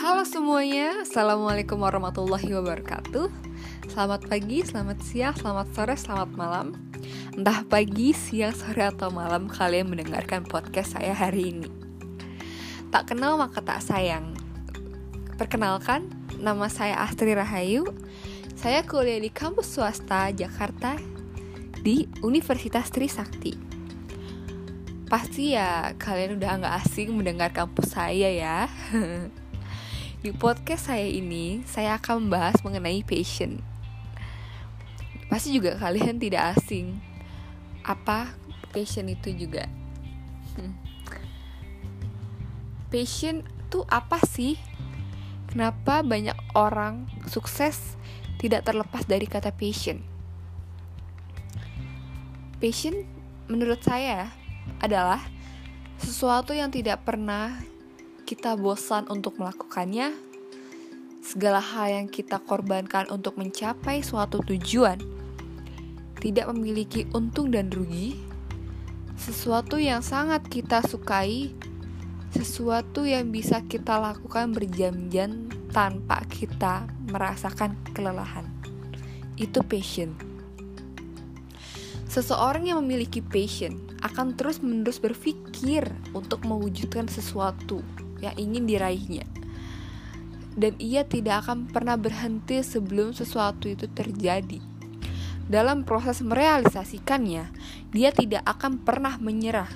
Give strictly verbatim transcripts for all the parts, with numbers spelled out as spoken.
Halo semuanya, Assalamualaikum warahmatullahi wabarakatuh. Selamat pagi, selamat siang, selamat sore, selamat malam. Entah pagi, siang, sore, atau malam kalian mendengarkan podcast saya hari ini. Tak kenal maka tak sayang. Perkenalkan, nama saya Astri Rahayu. Saya kuliah di kampus swasta Jakarta di Universitas Trisakti. Pasti ya kalian udah gak asing mendengar kampus saya ya. Di podcast saya ini, saya akan membahas mengenai passion. Pasti juga kalian tidak asing apa passion itu juga. hmm. Passion itu apa sih? Kenapa banyak orang sukses tidak terlepas dari kata passion? Passion menurut saya adalah sesuatu yang tidak pernah kita bosan untuk melakukannya, segala hal yang kita korbankan untuk mencapai suatu tujuan, tidak memiliki untung dan rugi, sesuatu yang sangat kita sukai, sesuatu yang bisa kita lakukan berjam-jam tanpa kita merasakan kelelahan. Itu passion. Seseorang yang memiliki passion akan terus-menerus berpikir untuk mewujudkan sesuatu yang ingin diraihnya. Dan ia tidak akan pernah berhenti sebelum sesuatu itu terjadi. Dalam proses merealisasikannya, dia tidak akan pernah menyerah.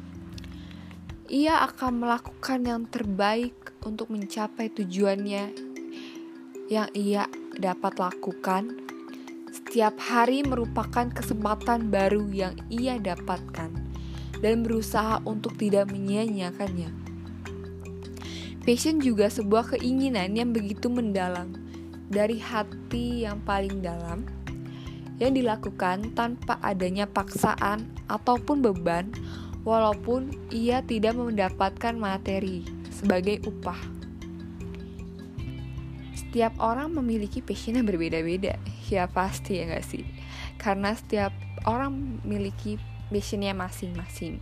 Ia akan melakukan yang terbaik untuk mencapai tujuannya yang ia dapat lakukan. Setiap hari merupakan kesempatan baru yang ia dapatkan dan berusaha untuk tidak menyia-nyiakannya. Passion juga sebuah keinginan yang begitu mendalam dari hati yang paling dalam yang dilakukan tanpa adanya paksaan ataupun beban, walaupun ia tidak mendapatkan materi sebagai upah. Setiap orang memiliki passion yang berbeda-beda. Ya pasti ya gak sih? Karena setiap orang memiliki passionnya masing-masing.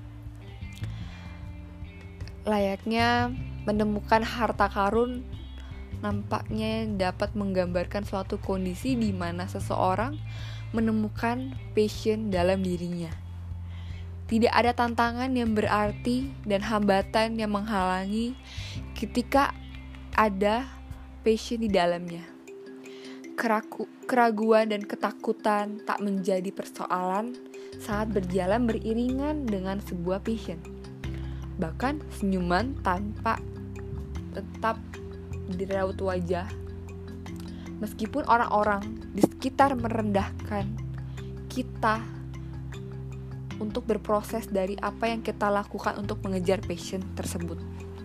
Layaknya menemukan harta karun, nampaknya dapat menggambarkan suatu kondisi di mana seseorang menemukan passion dalam dirinya. Tidak ada tantangan yang berarti dan hambatan yang menghalangi ketika ada passion di dalamnya. Keraku, keraguan dan ketakutan tak menjadi persoalan saat berjalan beriringan dengan sebuah passion. Bahkan senyuman tanpa tetap di raut wajah. Meskipun orang-orang di sekitar merendahkan kita untuk berproses dari apa yang kita lakukan untuk mengejar passion tersebut.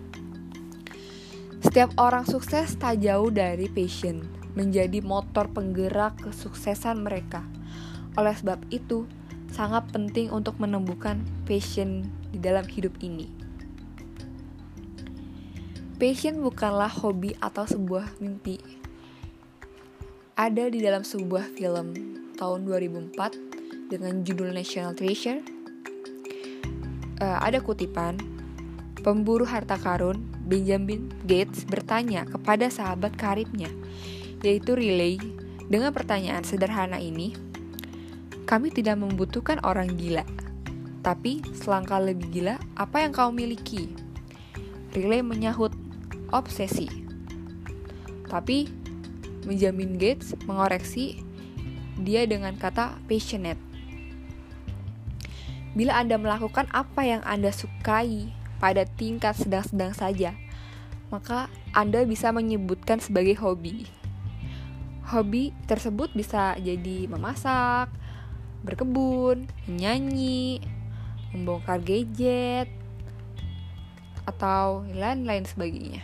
Setiap orang sukses tak jauh dari passion menjadi motor penggerak kesuksesan mereka. Oleh sebab itu, sangat penting untuk menemukan passion di dalam hidup ini. Passion bukanlah hobi atau sebuah mimpi. Ada di dalam sebuah film tahun dua ribu empat dengan judul National Treasure. Uh, ada kutipan, pemburu harta karun Benjamin Gates bertanya kepada sahabat karibnya, yaitu Riley, dengan pertanyaan sederhana ini, kami tidak membutuhkan orang gila, tapi selangkah lebih gila, apa yang kau miliki? Riley menyahut, obsesi. Tapi Benjamin Gates mengoreksi dia dengan kata passionate. Bila Anda melakukan apa yang Anda sukai pada tingkat sedang-sedang saja, maka Anda bisa menyebutkan sebagai hobi. Hobi tersebut bisa jadi memasak, berkebun, menyanyi, membongkar gadget, atau lain-lain sebagainya.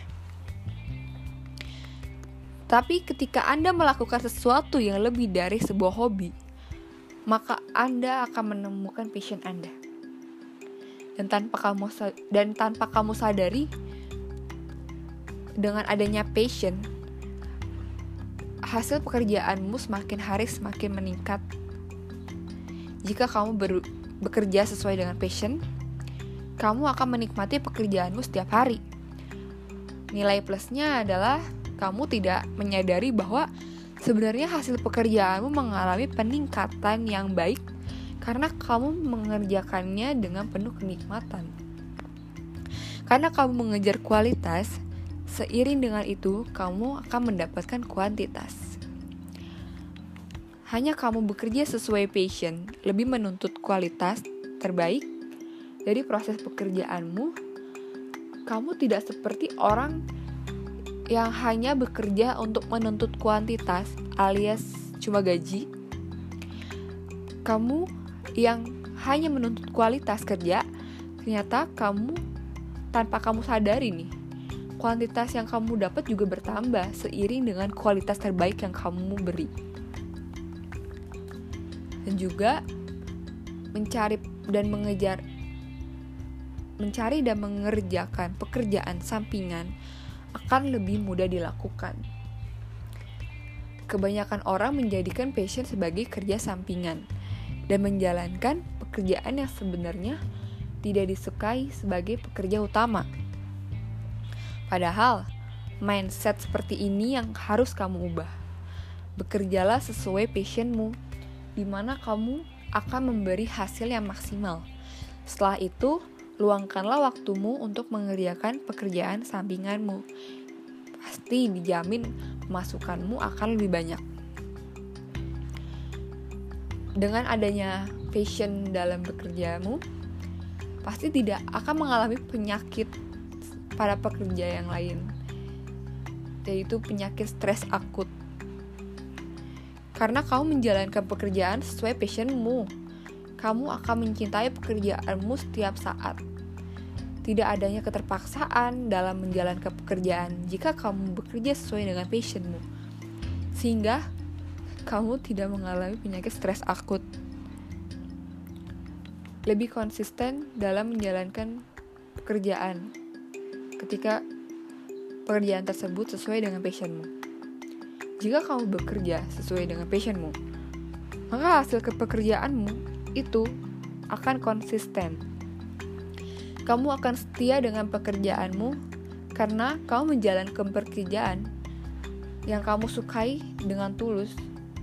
Tapi ketika Anda melakukan sesuatu yang lebih dari sebuah hobi, maka Anda akan menemukan passion Anda. Dan tanpa kamu dan tanpa kamu sadari, dengan adanya passion, hasil pekerjaanmu semakin hari semakin meningkat. Jika kamu ber- bekerja sesuai dengan passion, kamu akan menikmati pekerjaanmu setiap hari. Nilai plusnya adalah kamu tidak menyadari bahwa sebenarnya hasil pekerjaanmu mengalami peningkatan yang baik karena kamu mengerjakannya dengan penuh kenikmatan. Karena kamu mengejar kualitas, seiring dengan itu kamu akan mendapatkan kuantitas. Hanya kamu bekerja sesuai passion, lebih menuntut kualitas terbaik dari proses pekerjaanmu. Kamu tidak seperti orang yang hanya bekerja untuk menuntut kuantitas alias cuma gaji. Kamu yang hanya menuntut kualitas kerja, ternyata kamu tanpa kamu sadari nih, kuantitas yang kamu dapat juga bertambah seiring dengan kualitas terbaik yang kamu beri. Dan juga mencari dan mengejar mencari dan mengerjakan pekerjaan sampingan akan lebih mudah dilakukan. Kebanyakan orang menjadikan passion sebagai kerja sampingan dan menjalankan pekerjaan yang sebenarnya tidak disukai sebagai pekerja utama. Padahal, mindset seperti ini yang harus kamu ubah. Bekerjalah sesuai passionmu, di mana kamu akan memberi hasil yang maksimal. Setelah itu, luangkanlah waktumu untuk mengerjakan pekerjaan sampinganmu. Pasti dijamin pemasukanmu akan lebih banyak. Dengan adanya passion dalam bekerjamu, pasti tidak akan mengalami penyakit pada pekerja yang lain, yaitu penyakit stres akut. Karena kamu menjalankan pekerjaan sesuai passionmu, kamu akan mencintai pekerjaanmu setiap saat. Tidak adanya keterpaksaan dalam menjalankan pekerjaan jika kamu bekerja sesuai dengan passionmu, sehingga kamu tidak mengalami penyakit stres akut. Lebih konsisten dalam menjalankan pekerjaan ketika pekerjaan tersebut sesuai dengan passionmu. Jika kamu bekerja sesuai dengan passionmu, maka hasil pekerjaanmu itu akan konsisten. Kamu akan setia dengan pekerjaanmu karena kamu menjalankan pekerjaan yang kamu sukai dengan tulus.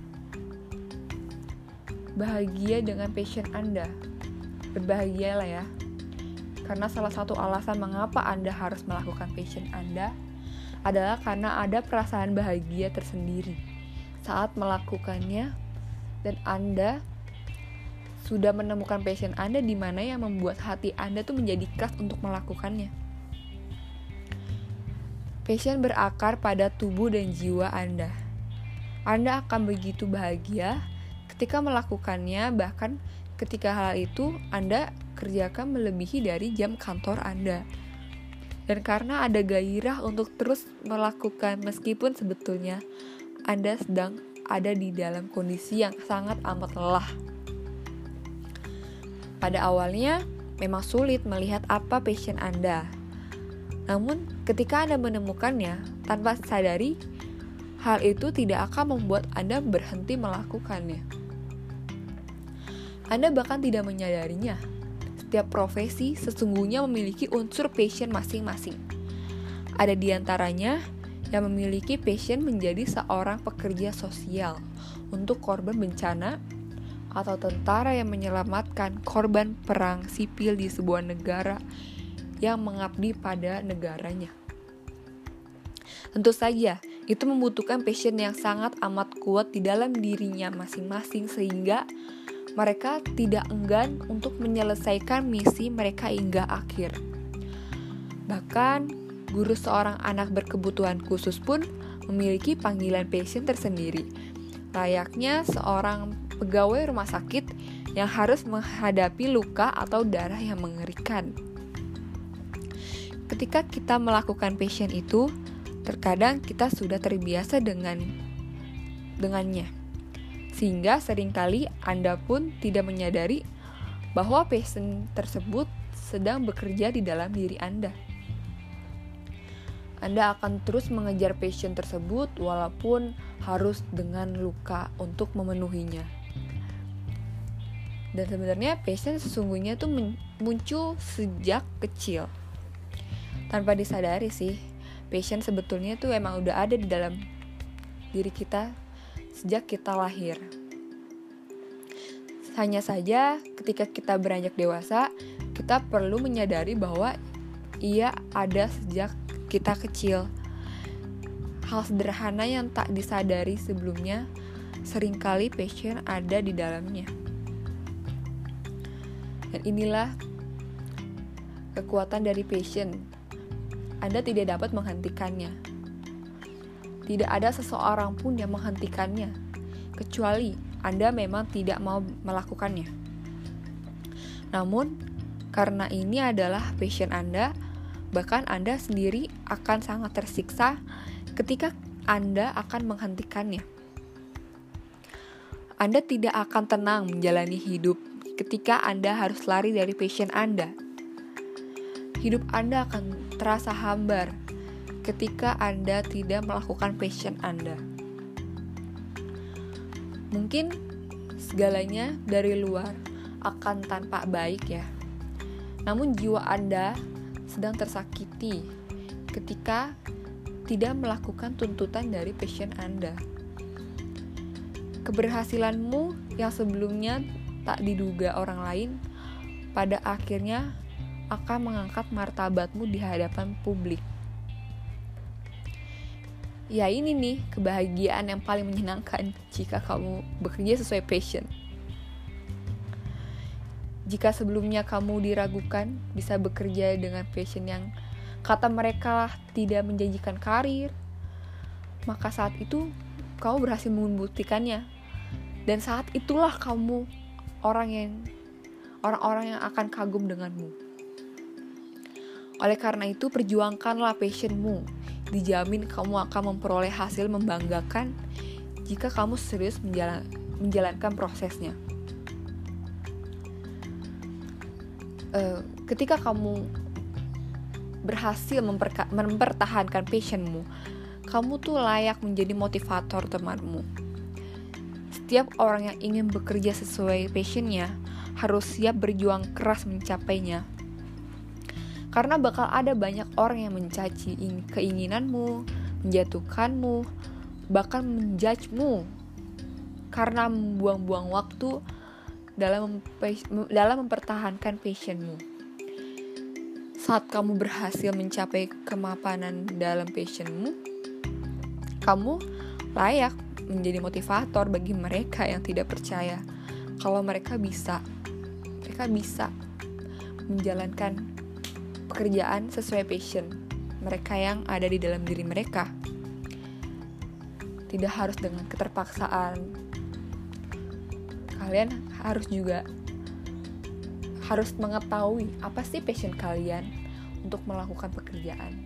Bahagia dengan passion Anda. Berbahagialah ya. Karena salah satu alasan mengapa Anda harus melakukan passion Anda adalah karena ada perasaan bahagia tersendiri saat melakukannya, dan Anda sudah menemukan passion Anda di mana yang membuat hati Anda tuh menjadi keras untuk melakukannya. Passion berakar pada tubuh dan jiwa Anda. Anda akan begitu bahagia ketika melakukannya, bahkan ketika hal itu Anda kerjakan melebihi dari jam kantor Anda. Dan karena ada gairah untuk terus melakukan meskipun sebetulnya Anda sedang ada di dalam kondisi yang sangat amat lelah. Pada awalnya, memang sulit melihat apa passion Anda. Namun, ketika Anda menemukannya, tanpa sadari, hal itu tidak akan membuat Anda berhenti melakukannya. Anda bahkan tidak menyadarinya. Setiap profesi sesungguhnya memiliki unsur passion masing-masing. Ada di antaranya yang memiliki passion menjadi seorang pekerja sosial untuk korban bencana, atau tentara yang menyelamatkan korban perang sipil di sebuah negara yang mengabdi pada negaranya. Tentu saja, itu membutuhkan passion yang sangat amat kuat di dalam dirinya masing-masing sehingga mereka tidak enggan untuk menyelesaikan misi mereka hingga akhir. Bahkan, guru seorang anak berkebutuhan khusus pun memiliki panggilan passion tersendiri, layaknya seorang pegawai rumah sakit yang harus menghadapi luka atau darah yang mengerikan. Ketika kita melakukan passion itu, terkadang kita sudah terbiasa dengan dengannya. Sehingga seringkali Anda pun tidak menyadari bahwa passion tersebut sedang bekerja di dalam diri Anda. Anda akan terus mengejar passion tersebut walaupun harus dengan luka untuk memenuhinya. Dan sebenarnya passion sesungguhnya tuh muncul sejak kecil. Tanpa disadari sih, Passion sebetulnya tuh emang udah ada di dalam diri kita sejak kita lahir. Hanya saja ketika kita beranjak dewasa, kita perlu menyadari bahwa ia ada sejak kita kecil. Hal sederhana yang tak disadari sebelumnya, seringkali passion ada di dalamnya. Dan inilah kekuatan dari passion. Anda tidak dapat menghentikannya. Tidak ada seseorang pun yang menghentikannya, kecuali Anda memang tidak mau melakukannya. Namun, karena ini adalah passion Anda, bahkan Anda sendiri akan sangat tersiksa ketika Anda akan menghentikannya. Anda tidak akan tenang menjalani hidup ketika Anda harus lari dari passion Anda. Hidup Anda akan terasa hambar ketika Anda tidak melakukan passion Anda. Mungkin segalanya dari luar akan tampak baik ya. Namun jiwa Anda sedang tersakiti ketika tidak melakukan tuntutan dari passion Anda. Keberhasilanmu yang sebelumnya tak diduga orang lain, pada akhirnya akan mengangkat martabatmu di hadapan publik. Ya ini nih kebahagiaan yang paling menyenangkan jika kamu bekerja sesuai passion. Jika sebelumnya kamu diragukan bisa bekerja dengan passion yang kata mereka lah tidak menjanjikan karir, maka saat itu kamu berhasil membuktikannya. Dan saat itulah kamu orang yang orang-orang yang akan kagum denganmu. Oleh karena itu perjuangkanlah passionmu. Dijamin kamu akan memperoleh hasil membanggakan jika kamu serius menjalan, menjalankan prosesnya. Uh, ketika kamu berhasil memperka- mempertahankan passionmu, kamu tuh layak menjadi motivator temanmu. Setiap orang yang ingin bekerja sesuai passionnya harus siap berjuang keras mencapainya. Karena bakal ada banyak orang yang mencaci keinginanmu, menjatuhkanmu, bahkan menjudge-mu karena membuang-buang waktu dalam mem- dalam mempertahankan passionmu. Saat kamu berhasil mencapai kemapanan dalam passionmu, kamu layak menjadi motivator bagi mereka yang tidak percaya kalau mereka bisa. Mereka bisa menjalankan pekerjaan sesuai passion mereka yang ada di dalam diri mereka. Tidak harus dengan keterpaksaan. Kalian harus juga harus mengetahui apa sih passion kalian untuk melakukan pekerjaan.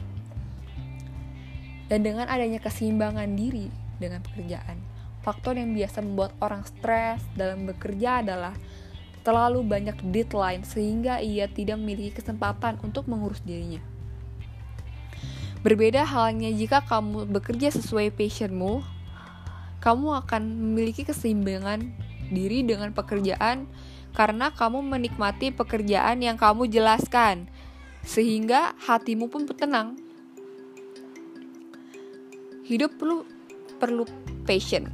Dan dengan adanya keseimbangan diri dengan pekerjaan, faktor yang biasa membuat orang stres dalam bekerja adalah terlalu banyak deadline sehingga ia tidak memiliki kesempatan untuk mengurus dirinya. Berbeda halnya jika kamu bekerja sesuai passionmu, kamu akan memiliki keseimbangan diri dengan pekerjaan karena kamu menikmati pekerjaan yang kamu jelaskan, sehingga hatimu pun tenang. Hidup perlu perlu passion.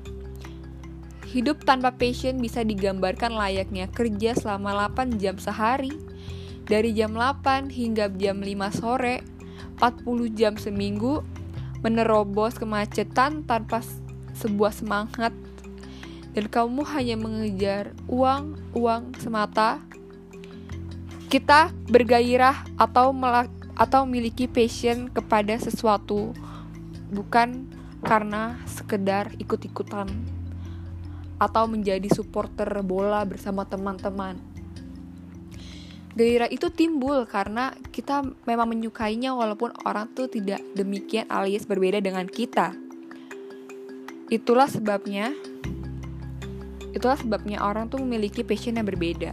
Hidup tanpa passion bisa digambarkan layaknya kerja selama delapan jam sehari, dari jam delapan hingga jam lima sore, empat puluh jam seminggu, menerobos kemacetan tanpa sebuah semangat, dan kamu hanya mengejar uang, uang semata. Kita bergairah atau melak- atau memiliki passion kepada sesuatu, bukan karena sekedar ikut-ikutan atau menjadi supporter bola bersama teman-teman. Gairah itu timbul karena kita memang menyukainya walaupun orang tuh tidak demikian alias berbeda dengan kita. Itulah sebabnya Itulah sebabnya orang tuh memiliki passion yang berbeda.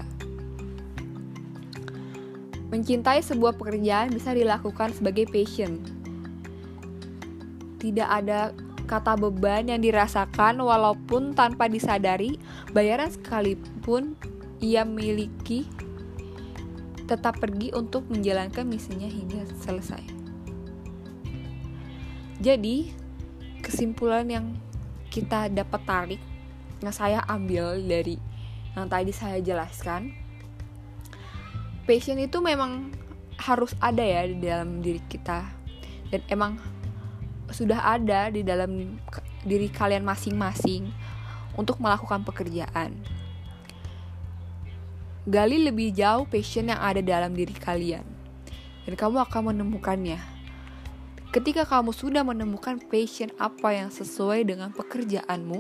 Mencintai sebuah pekerjaan bisa dilakukan sebagai passion. Tidak ada kata beban yang dirasakan walaupun tanpa disadari, bayaran sekalipun ia miliki tetap pergi untuk menjalankan misinya hingga selesai. Jadi kesimpulan yang kita dapat tarik, yang saya ambil dari yang tadi saya jelaskan, passion itu memang harus ada ya di dalam diri kita, dan emang sudah ada di dalam diri kalian masing-masing untuk melakukan pekerjaan. Gali lebih jauh passion yang ada dalam diri kalian, dan kamu akan menemukannya. Ketika kamu sudah menemukan passion apa yang sesuai dengan pekerjaanmu,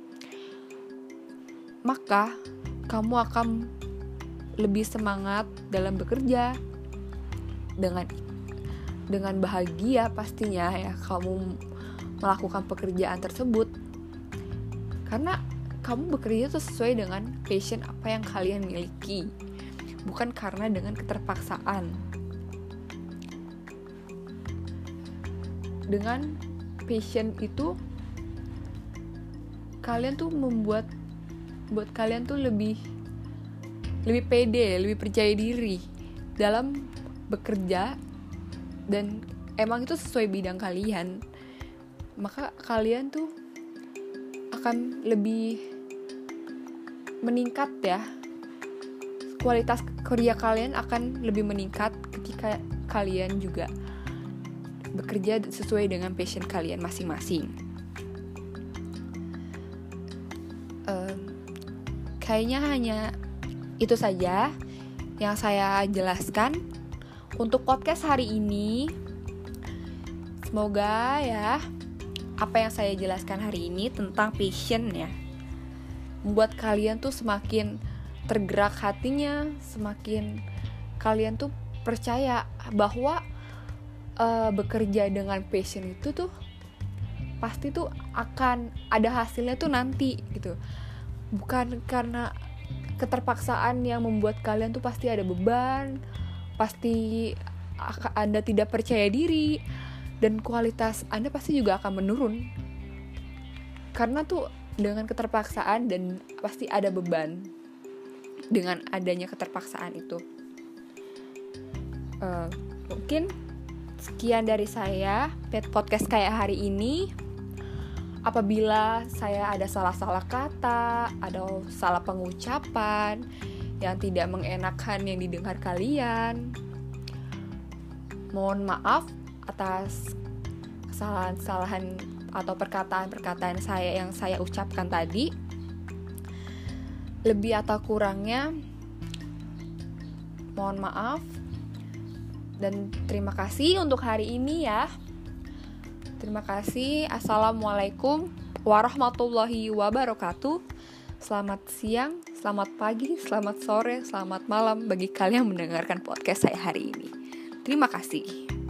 maka kamu akan lebih semangat dalam bekerja, dengan dengan bahagia pastinya ya kamu melakukan pekerjaan tersebut, karena kamu bekerja itu sesuai dengan passion apa yang kalian miliki, bukan karena dengan keterpaksaan. Dengan passion itu kalian tuh membuat buat kalian tuh lebih lebih pede, lebih percaya diri dalam bekerja, dan emang itu sesuai bidang kalian, maka kalian tuh akan lebih meningkat ya. Kualitas kerja kalian akan lebih meningkat ketika kalian juga bekerja sesuai dengan passion kalian masing-masing. Uh, kayaknya hanya itu saja yang saya jelaskan untuk podcast hari ini. Semoga ya apa yang saya jelaskan hari ini tentang passion ya membuat kalian tuh semakin tergerak hatinya, semakin kalian tuh percaya bahwa uh, bekerja dengan passion itu tuh pasti tuh akan ada hasilnya tuh nanti gitu. Bukan karena keterpaksaan yang membuat kalian tuh pasti ada beban, pasti Anda tidak percaya diri, dan kualitas Anda pasti juga akan menurun. Karena tuh dengan keterpaksaan dan pasti ada beban dengan adanya keterpaksaan itu. Uh, mungkin sekian dari saya podcast kayak hari ini. Apabila saya ada salah-salah kata, ada salah pengucapan yang tidak mengenakan yang didengar kalian, mohon maaf atas kesalahan-kesalahan atau perkataan-perkataan saya yang saya ucapkan tadi. Lebih atau kurangnya mohon maaf, dan terima kasih untuk hari ini ya. Terima kasih. Assalamualaikum warahmatullahi wabarakatuh. Selamat siang, selamat pagi, selamat sore, selamat malam bagi kalian yang mendengarkan podcast saya hari ini. Terima kasih.